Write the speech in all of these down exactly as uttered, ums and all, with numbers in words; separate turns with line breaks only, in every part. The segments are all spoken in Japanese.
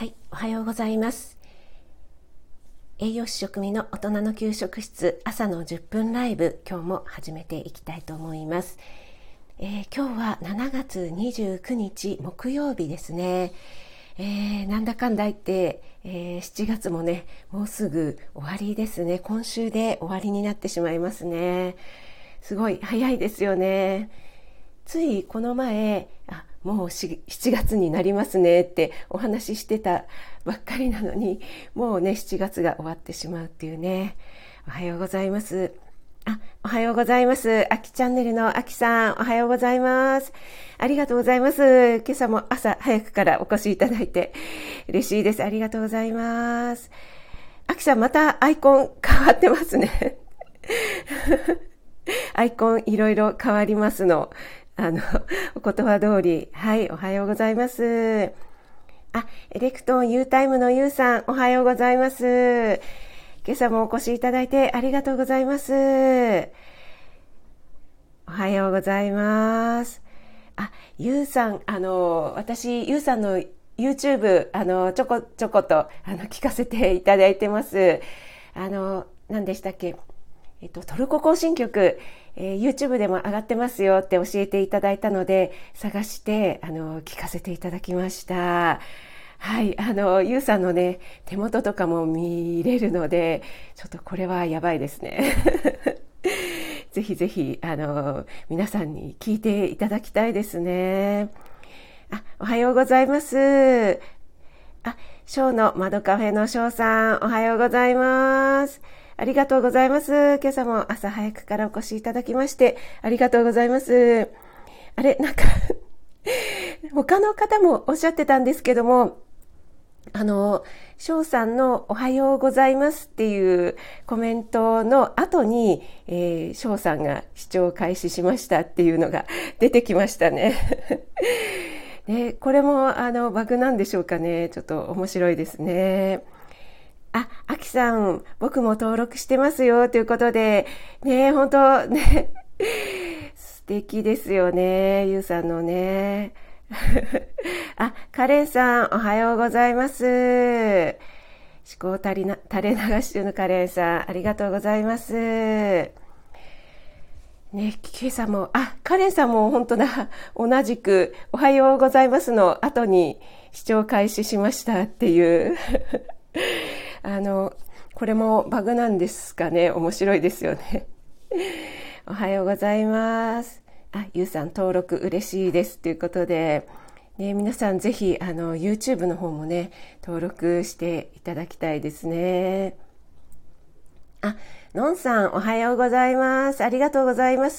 はい、おはようございます。栄養士食味の大人の給食室朝のじゅっぷんライブ、今日も始めていきたいと思います。えー、今日はしちがつにじゅうくにち木曜日ですね。えー、なんだかんだ言って、えー、しちがつもね、もうすぐ終わりですね。今週で終わりになってしまいますね。すごい早いですよね。ついこの前、あ、もうしちがつになりますねってお話ししてたばっかりなのに、もうね、しちがつが終わってしまうっていうね。おはようございます。あ、おはようございます。あきチャンネルのあきさん、おはようございます。ありがとうございます。今朝も朝早くからお越しいただいて嬉しいです。ありがとうございます。あきさん、またアイコン変わってますね。アイコンいろいろ変わりますの。あの、お言葉通り、はい、おはようございます。あ、エレクトーン U タイムの U さん、おはようございます。今朝もお越しいただいてありがとうございます。おはようございます。あ、ゆうさん、あの、私、ゆうさんの YouTube、あの、ちょこちょこと、あの、聞かせていただいてます。あの、何でしたっけ？えっと、トルコ行進曲、えー、YouTube でも上がってますよって教えていただいたので、探して、あの、聞かせていただきました。はい、あの、ゆうさんのね、手元とかも見れるので、ちょっとこれはやばいですね。ぜひぜひ、あの、皆さんに聞いていただきたいですね。あ、おはようございます。あ、ショーの窓カフェのショーさん、おはようございます。ありがとうございます。今朝も朝早くからお越しいただきまして、ありがとうございます。あれ、なんか他の方もおっしゃってたんですけども、あの、翔さんのおはようございますっていうコメントの後に、えー、翔さんが視聴開始しましたっていうのが出てきましたね。ね、これもあのバグなんでしょうかね。ちょっと面白いですね。あ、あきさん、僕も登録してますよということで、ね、本当ね、素敵ですよね、ゆうさんのね。あ、カレンさん、おはようございます。思考垂れな垂れ流し中のカレンさん、ありがとうございます。ね、今朝も、あ、カレンさんも本当だ、同じく、おはようございますの後に視聴開始しましたっていう。あの、これもバグなんですかね。面白いですよね。おはようございます。あ、ゆうさん登録嬉しいですということで、ね、皆さんぜひあの YouTube の方もね登録していただきたいですね。あ、のんさんおはようございます。ありがとうございます。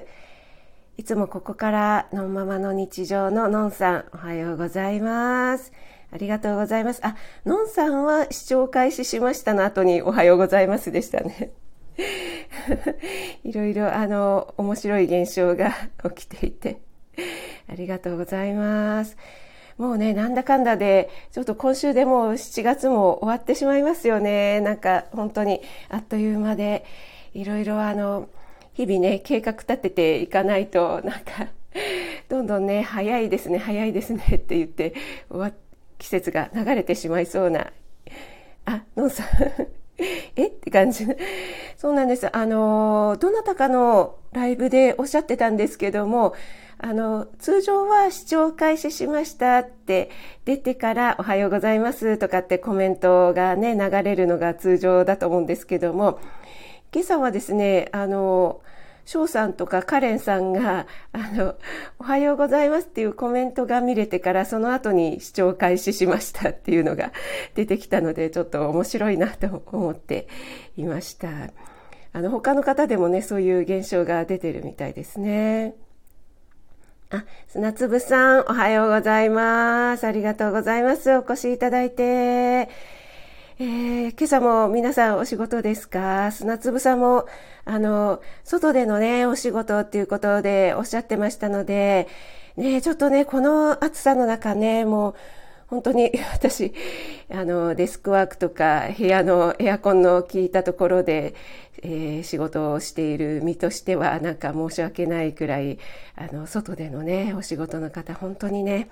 いつもここからのんままの日常ののんさんおはようございます。ありがとうございます。あ、のんさんは視聴開始しましたの後におはようございますでしたね。いろいろあの面白い現象が起きていてありがとうございます。もうね、なんだかんだでちょっと今週でもうしちがつも終わってしまいますよね。なんか本当にあっという間で、いろいろあの日々ね計画立てていかないと、なんかどんどんね早いですね早いですねって言って終わ季節が流れてしまいそうな。あ、のんさんえって感じ。そうなんです。あの、どなたかのライブでおっしゃってたんですけども、あの、通常は視聴開始しましたって出てからおはようございますとかってコメントがね、流れるのが通常だと思うんですけども、今朝はですね、あの、翔さんとかカレンさんが、あの、おはようございますっていうコメントが見れてから、その後に視聴開始しましたっていうのが出てきたので、ちょっと面白いなと思っていました。あの、他の方でもね、そういう現象が出てるみたいですね。あ、砂粒さん、おはようございます。ありがとうございます。お越しいただいて。えー、今朝も皆さんお仕事ですか？砂粒さんも、あの、外でのね、お仕事っていうことでおっしゃってましたので、ね、ちょっとね、この暑さの中ね、もう、本当に私、あの、デスクワークとか部屋のエアコンの効いたところで、えー、仕事をしている身としては、なんか申し訳ないくらい、あの、外でのね、お仕事の方、本当にね、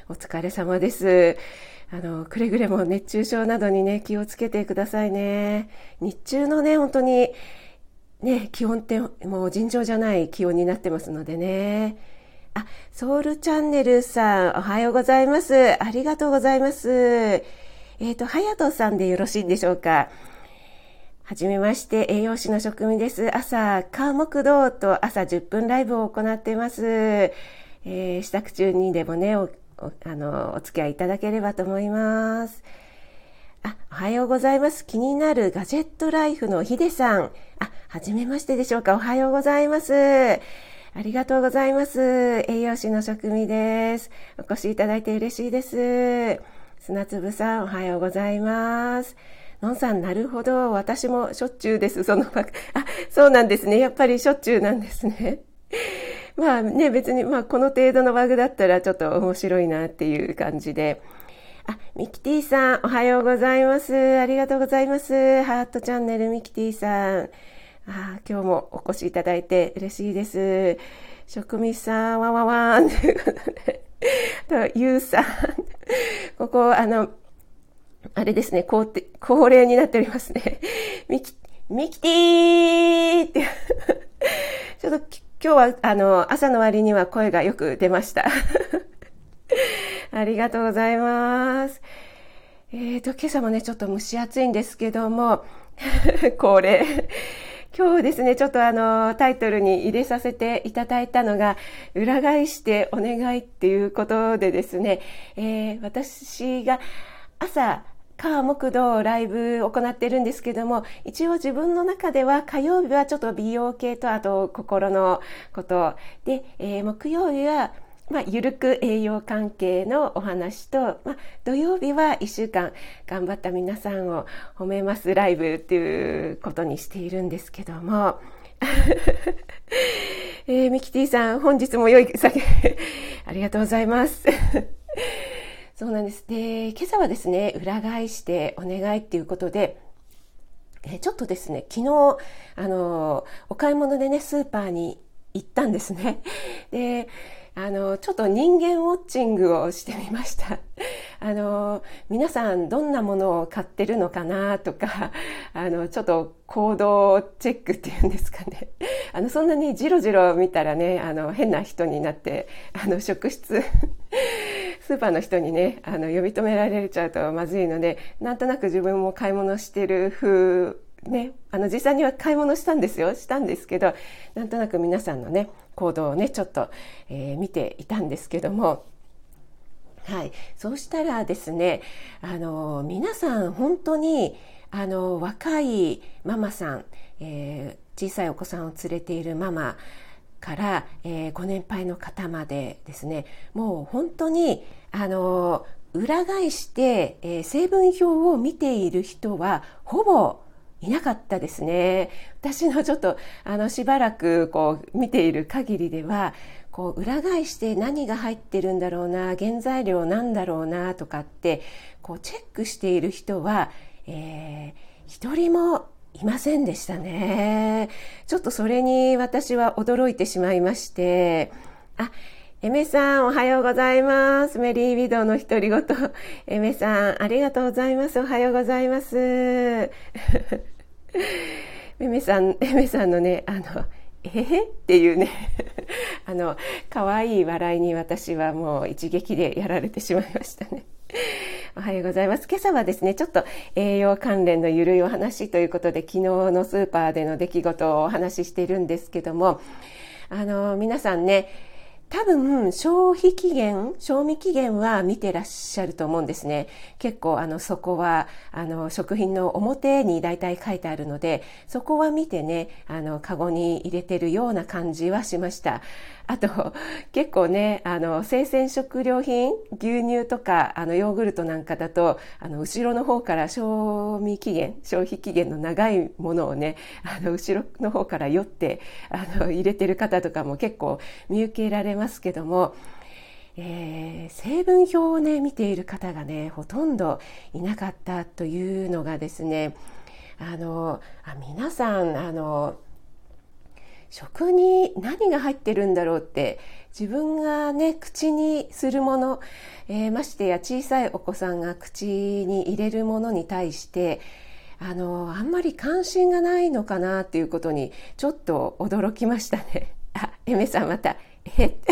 お疲れ様です。あの、くれぐれも熱中症などにね、気をつけてくださいね。日中のね、本当に、ね、気温ってもう尋常じゃない気温になってますのでね。あ、ソウルチャンネルさん、おはようございます。ありがとうございます。えっと、はやとさんでよろしいんでしょうか。はじめまして、栄養士の職味です。朝、火木道と朝じゅっぷんライブを行っています。えー、支度中にでもね、お、お、あの、お付き合いいただければと思います。あ、おはようございます。気になるガジェットライフのヒデさん。あ、はじめましてでしょうか。おはようございます。ありがとうございます。栄養士の職味です。お越しいただいて嬉しいです。砂粒さん、おはようございます。のんさん、なるほど。私もしょっちゅうです。そのバグ。あ、そうなんですね。やっぱりしょっちゅうなんですね。まあね、別に、まあこの程度のバグだったらちょっと面白いなっていう感じで。あ、ミキティさん、おはようございます。ありがとうございます。ハートチャンネルミキティさん。あ、今日もお越しいただいて嬉しいです。職味さん、わわわーんということで。と、ゆうさん。ここ、あの、あれですね、恒恒例になっておりますね。ミキ、ミキティーって。ちょっと今日は、あの、朝の割には声がよく出ました。ありがとうございます。えーと、今朝もね、ちょっと蒸し暑いんですけども、恒例。今日ですね、ちょっとあの、タイトルに入れさせていただいたのが、裏返してお願いっていうことでですね、えー、私が朝、火木土ライブ行ってるんですけども、一応自分の中では火曜日はちょっと美容系とあと心のことで、えー、木曜日はまあ、ゆるく栄養関係のお話と、まあ、土曜日はいっしゅうかん頑張った皆さんを褒めますライブっていうことにしているんですけども、えー、ミキティさん、本日も良い酒ありがとうございます。そうなんです。で、今朝はですね、裏返してお願いっていうことで、えちょっとですね、昨日、あの、お買い物でね、スーパーに行ったんですね。で、あの、ちょっと人間ウォッチングをしてみました。あの、皆さんどんなものを買ってるのかなとか、あの、ちょっと行動チェックっていうんですかね。あの、そんなにジロジロ見たらね、あの、変な人になって、あの、職質、スーパーの人にね、あの、呼び止められちゃうとまずいので、なんとなく自分も買い物してる風、ね、あの、実際には買い物したんですよ。したんですけど、なんとなく皆さんのね、行動をね、ちょっと、えー、見ていたんですけども、はい。そうしたらですね、あの、皆さん本当に、あの、若いママさん、えー、小さいお子さんを連れているママから、えー、ご年配の方までですね、もう本当に、あの、裏返して、えー、成分表を見ている人は、ほぼいなかったですね。私のちょっと、あの、しばらくこう、見ている限りでは、こう裏返して何が入ってるんだろうな、原材料なんだろうなとかってこうチェックしている人は、えー、一人もいませんでしたね。ちょっとそれに私は驚いてしまいまして、あ、エメさんおはようございます。メリービドウの独り言。エメさんありがとうございます。おはようございます。エメさん、エメさんのね、あの、えー、っていうねあの可愛い笑いに私はもう一撃でやられてしまいましたね。おはようございます。今朝はですね、ちょっと栄養関連のゆるいお話ということで、昨日のスーパーでの出来事をお話ししているんですけども、あの皆さんね、多分消費期限、賞味期限は見てらっしゃると思うんですね。結構あのそこはあの食品の表に大体書いてあるので、そこは見てね、あのカゴに入れてるような感じはしました。あと結構ね、あの生鮮食料品、牛乳とかあのヨーグルトなんかだと、あの後ろの方から賞味期限、消費期限の長いものをね、あの後ろの方から寄ってあの入れてる方とかも結構見受けられますけども、えー、成分表をね見ている方がねほとんどいなかったというのがですね、あのあ皆さんあの食に何が入ってるんだろうって自分がね口にするもの、えー、ましてや小さいお子さんが口に入れるものに対してあのあんまり関心がないのかなっていうことにちょっと驚きましたね。あ、エメさんまたえって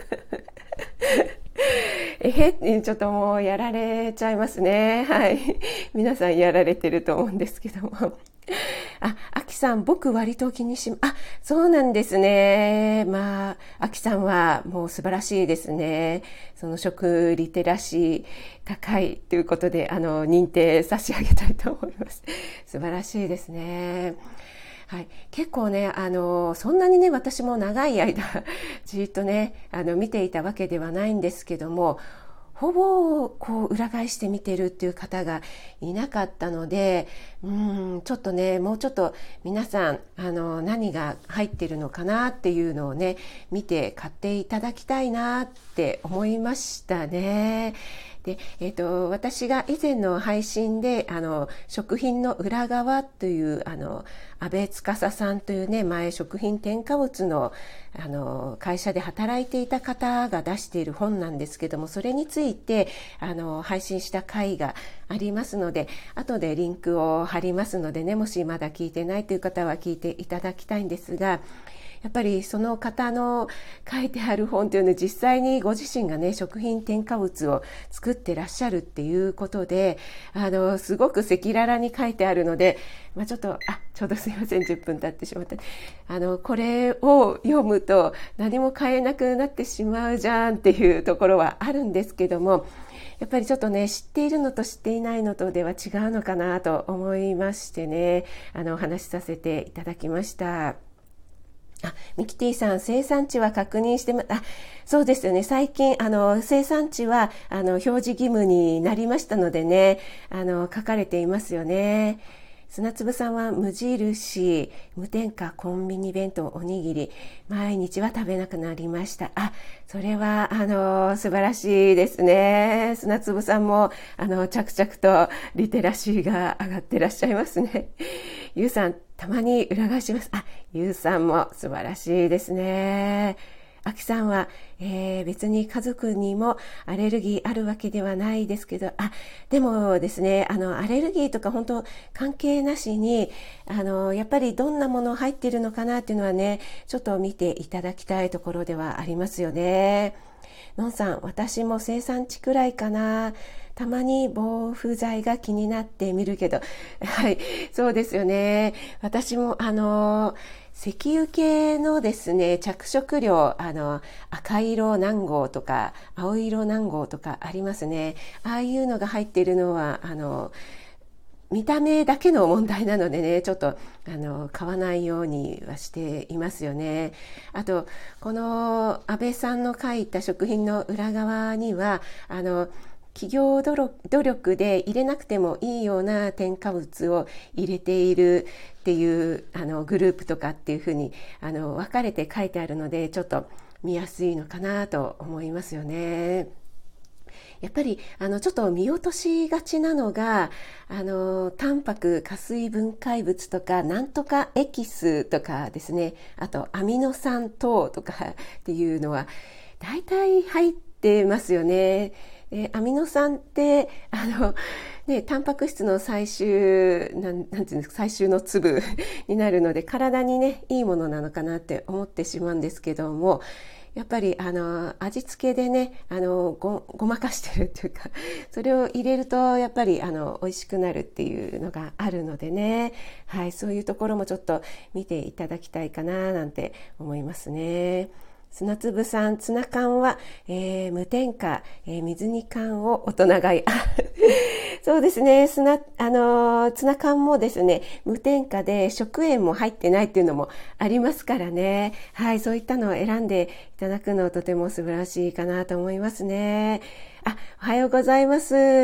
えへってちょっともうやられちゃいますね。はい。皆さんやられてると思うんですけども。あ、アキさん、僕割と気にし、あ、そうなんですね。まあ、アキさんはもう素晴らしいですね。その食リテラシー高いということで、あの、認定差し上げたいと思います。素晴らしいですね。はい、結構ねあのそんなにね私も長い間じっとねあの見ていたわけではないんですけども、ほぼこう裏返して見てるっていう方がいなかったので、うんちょっとねもうちょっと皆さんあの何が入ってるのかなっていうのをね見て買っていただきたいなって思いましたね。で、えーと、私が以前の配信であの食品の裏側というあの安倍司さんというね前食品添加物のあの会社で働いていた方が出している本なんですけども、それについてあの配信した回がありますので、後でリンクを貼りますのでね、もしまだ聞いてないという方は聞いていただきたいんですが、やっぱりその方の書いてある本というのは実際にご自身がね食品添加物を作ってらっしゃるっていうことで、あのすごく赤裸々に書いてあるので、まあ、ちょっとあちょうどすいませんじゅっぷん経ってしまった。あのこれを読むと何も買えなくなってしまうじゃんっていうところはあるんですけども、やっぱりちょっとね知っているのと知っていないのとでは違うのかなと思いましてね、あのお話しさせていただきました。あ、ミキティさん、生産地は確認してま、あ、そうですよね。最近、あの、生産地は、あの、表示義務になりましたのでね、あの、書かれていますよね。砂粒さんは無印、無添加コンビニ弁当おにぎり、毎日は食べなくなりました。あ、それは、あの、素晴らしいですね。砂粒さんも、あの、着々とリテラシーが上がってらっしゃいますね。ゆうさん、たまに裏返します。あ、ゆうさんも素晴らしいですね。あきさんは、えー、別に家族にもアレルギーあるわけではないですけど、あ、でもですね、あの、アレルギーとか本当関係なしに、あの、やっぱりどんなもの入っているのかなっていうのはね、ちょっと見ていただきたいところではありますよね。のんさん、私も生産地くらいかな。たまに防腐剤が気になってみるけど、はい、そうですよね。私もあの石油系のですね着色料、あの赤色何号とか青色何号とかありますね。ああいうのが入っているのはあの見た目だけの問題なのでね、ちょっとあの買わないようにはしていますよね。あとこの安倍さんの書いた食品の裏側にはあの企業努力で入れなくてもいいような添加物を入れているっていうあのグループとかっていうふうにあの分かれて書いてあるので、ちょっと見やすいのかなと思いますよね。やっぱりあのちょっと見落としがちなのがあのタンパク加水分解物とかなんとかエキスとかですね、あとアミノ酸等とかっていうのは大体入ってますよね。でアミノ酸ってあの、ね、タンパク質の最終なん、なんていうんですか、最終の粒になるので体にねいいものなのかなって思ってしまうんですけども、やっぱりあの味付けでねあの ご, ごまかしてるっていうか、それを入れるとやっぱりあの美味しくなるっていうのがあるのでね、はい、そういうところもちょっと見ていただきたいかななんて思いますね。砂粒さん、ツナ缶は、えー、無添加、えー、水煮缶を大人買い。そうですね、砂、あのー、ツナ缶もですね、無添加で食塩も入ってないっていうのもありますからね。はい、そういったのを選んでいただくのとても素晴らしいかなと思いますね。あ、おはようございます。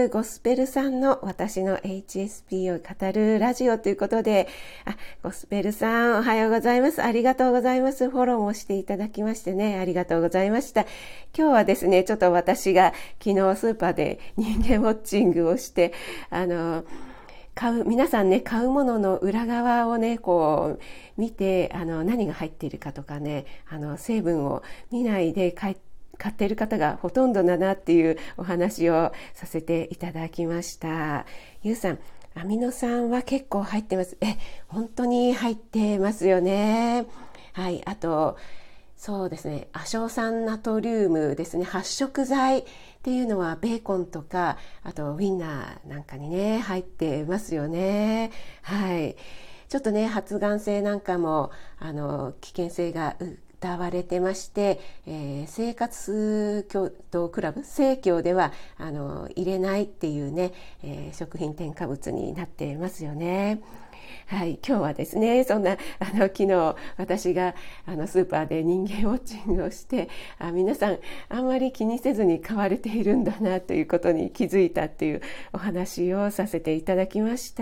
ゴスペルさんの私の エイチエスピー を語るラジオということで、あ、ゴスペルさんおはようございます。ありがとうございます。フォローもしていただきましてね、ありがとうございました。今日はですね、ちょっと私が昨日スーパーで人間ウォッチングをして、あの、 買う、皆さんね、買うものの裏側をね、こう、見て、あの、何が入っているかとかね、あの、成分を見ないで買い買っている方がほとんどだなっていうお話をさせていただきました。ゆうさん、アミノ酸は結構入ってます。え、本当に入ってますよね。はい、あと、そうですね、亜硝酸ナトリウムですね、発色剤っていうのはベーコンとか、あとウインナーなんかにね、入ってますよね。はい。ちょっとね、発がん性なんかも、あの、危険性が謳われてまして、えー、生活協同クラブ生協ではあの入れないっていうね、えー、食品添加物になっていますよね。はい、今日はですね、そんなあの昨日私があのスーパーで人間ウォッチングをして、あ、皆さんあんまり気にせずに買われているんだなということに気づいたっていうお話をさせていただきました。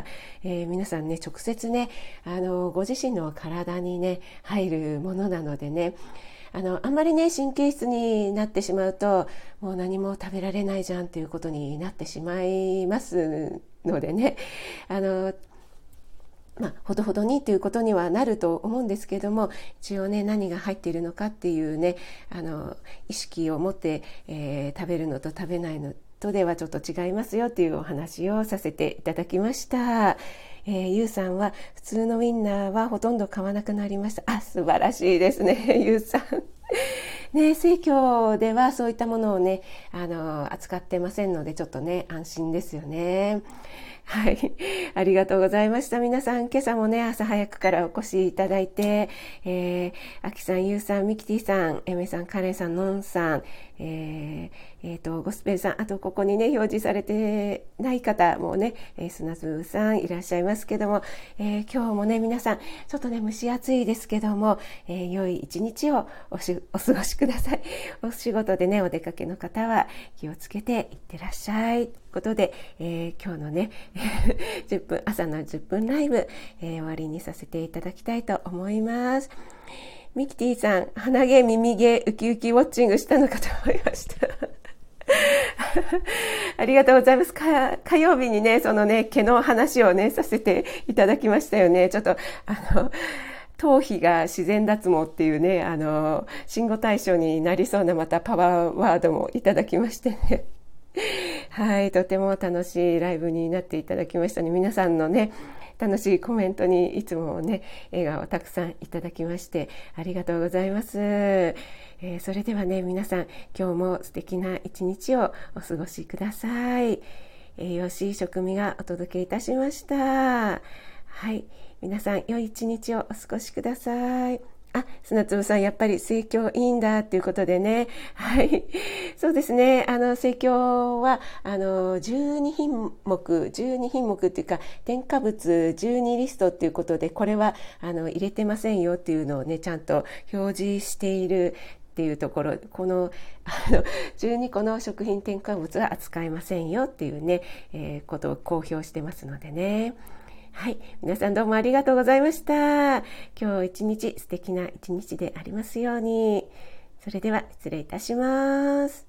えー、皆さんね、直接ね、あのご自身の体にね入るものなのでね、あのあんまりね神経質になってしまうともう何も食べられないじゃんということになってしまいますのでね、あのまあ、ほどほどにということにはなると思うんですけども、一応ね何が入っているのかっていうね、あの意識を持って、えー、食べるのと食べないのとではちょっと違いますよっていうお話をさせていただきました。えー、ゆうさんは普通のウインナーはほとんど買わなくなりました。あ、素晴らしいですね、ゆうさん。ね、生協ではそういったものをね、あの扱ってませんので、ちょっとね安心ですよね。はい、ありがとうございました。皆さん今朝もね朝早くからお越しいただいて、えー、あきさん、ゆうさん、ミキティさん、エメさん、カレンさん、ノンさん、えーえー、とゴスペルさん、あとここにね表示されてない方もね、えー、砂粒さんいらっしゃいますけども、えー、今日もね皆さんちょっとね蒸し暑いですけども、えー、良い一日をおしお過ごしください。お仕事でねお出かけの方は気をつけていってらっしゃいということで、えー、今日のねじゅっぷん朝のじゅっぷんライブ、えー、終わりにさせていただきたいと思います。ミキティさん、鼻毛耳毛ウキウキウォッチングしたのかと思いましたありがとうございます。か火曜日にねそのね毛の話をねさせていただきましたよね。ちょっとあの頭皮が自然脱毛っていうね、あの新語大賞になりそうなまたパワーワードもいただきましてねはい、とても楽しいライブになっていただきましたね。皆さんのね楽しいコメントにいつもね笑顔をたくさんいただきましてありがとうございます。えー、それではね皆さん今日も素敵な一日をお過ごしください。栄養士食味がお届けいたしました。はい、皆さん良い一日をお過ごしください。あ、砂粒さん、やっぱり生協いいんだっていうことでね。はい。そうですね。あの、生協は、あの、じゅうにひんもく、じゅうにひんもくっていうか、添加物じゅうにリストっていうことで、これは、あの、入れてませんよっていうのをね、ちゃんと表示しているっていうところ、この、あの、じゅうにこの食品添加物は扱いませんよっていうね、えー、ことを公表してますのでね。はい、皆さんどうもありがとうございました。今日一日素敵な一日でありますように。それでは失礼いたします。